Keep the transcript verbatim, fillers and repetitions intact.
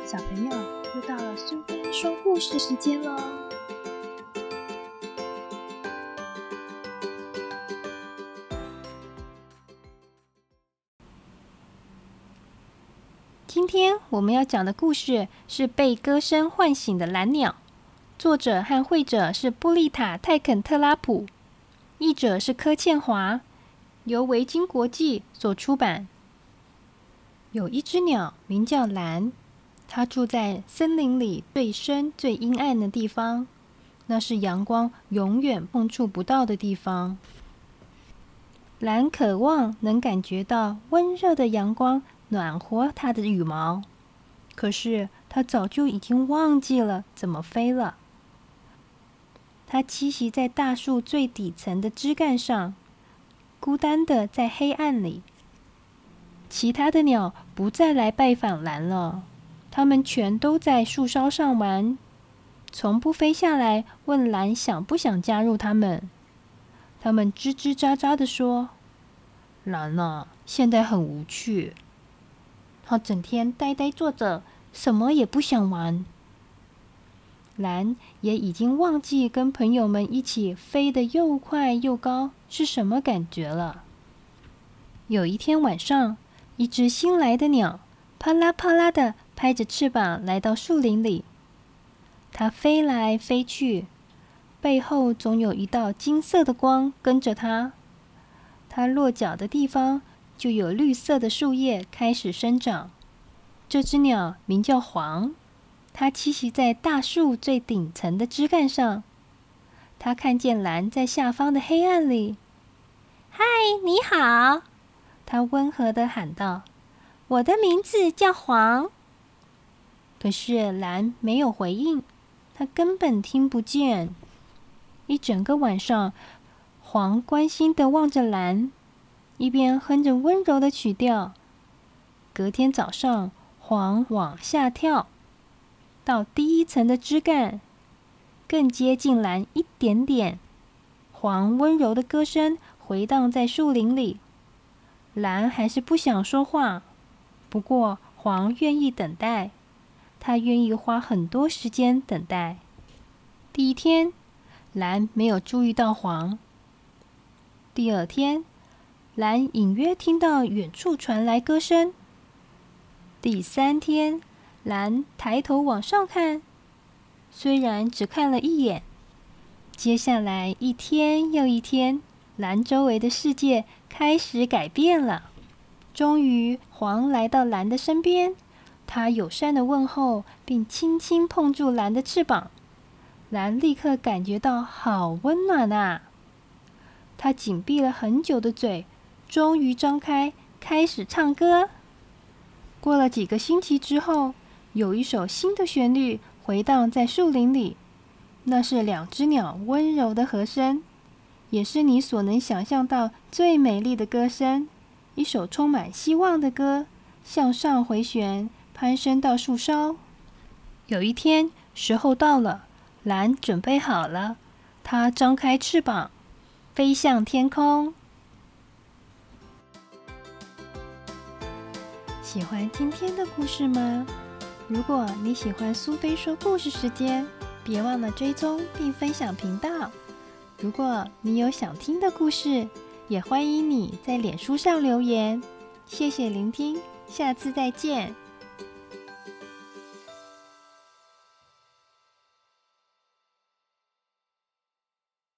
小朋友，又到了苏菲说故事时间咯。 今天我们要讲的故事是被歌声唤醒的蓝鸟，作者和绘者是布丽塔·泰肯特拉普，译者是柯倩华，由维京国际所出版。有一只鸟名叫蓝，它住在森林里最深最阴暗的地方，那是阳光永远碰触不到的地方。蓝渴望能感觉到温热的阳光暖和它的羽毛，可是它早就已经忘记了怎么飞了。它栖息在大树最底层的枝干上，孤单的在黑暗里。其他的鸟不再来拜访蓝了，它们全都在树梢上玩，从不飞下来问蓝想不想加入它们。它们吱吱喳喳地说：“蓝啊，现在很无趣。”他整天呆呆坐着，什么也不想玩。蓝也已经忘记跟朋友们一起飞得又快又高是什么感觉了。有一天晚上，一只新来的鸟啪啦啪啦地拍着翅膀来到树林里。它飞来飞去，背后总有一道金色的光跟着它。它落脚的地方就有绿色的树叶开始生长。这只鸟名叫黄，它栖息在大树最顶层的枝干上。它看见蓝在下方的黑暗里。“嗨，你好！”它温和地喊道，“我的名字叫黄。”可是蓝没有回应，它根本听不见。一整个晚上，黄关心地望着蓝，一边哼着温柔的曲调。隔天早上，黄往下跳，到第一层的枝干，更接近蓝一点点。黄温柔的歌声回荡在树林里。蓝还是不想说话，不过黄愿意等待，他愿意花很多时间等待。第一天，蓝没有注意到黄。第二天，蓝隐约听到远处传来歌声。第三天，蓝抬头往上看，虽然只看了一眼。接下来一天又一天，蓝周围的世界开始改变了。终于，黄来到蓝的身边，他友善地问候，并轻轻碰住蓝的翅膀。蓝立刻感觉到好温暖啊！他紧闭了很久的嘴，终于张开，开始唱歌。过了几个星期之后，有一首新的旋律回荡在树林里，那是两只鸟温柔的和声，也是你所能想象到最美丽的歌声，一首充满希望的歌，向上回旋，攀升到树梢。有一天，时候到了，蓝准备好了，它张开翅膀，飞向天空。喜欢今天的故事吗？如果你喜欢苏菲说故事时间，别忘了追踪并分享频道。如果你有想听的故事，也欢迎你在脸书上留言。谢谢聆听，下次再见。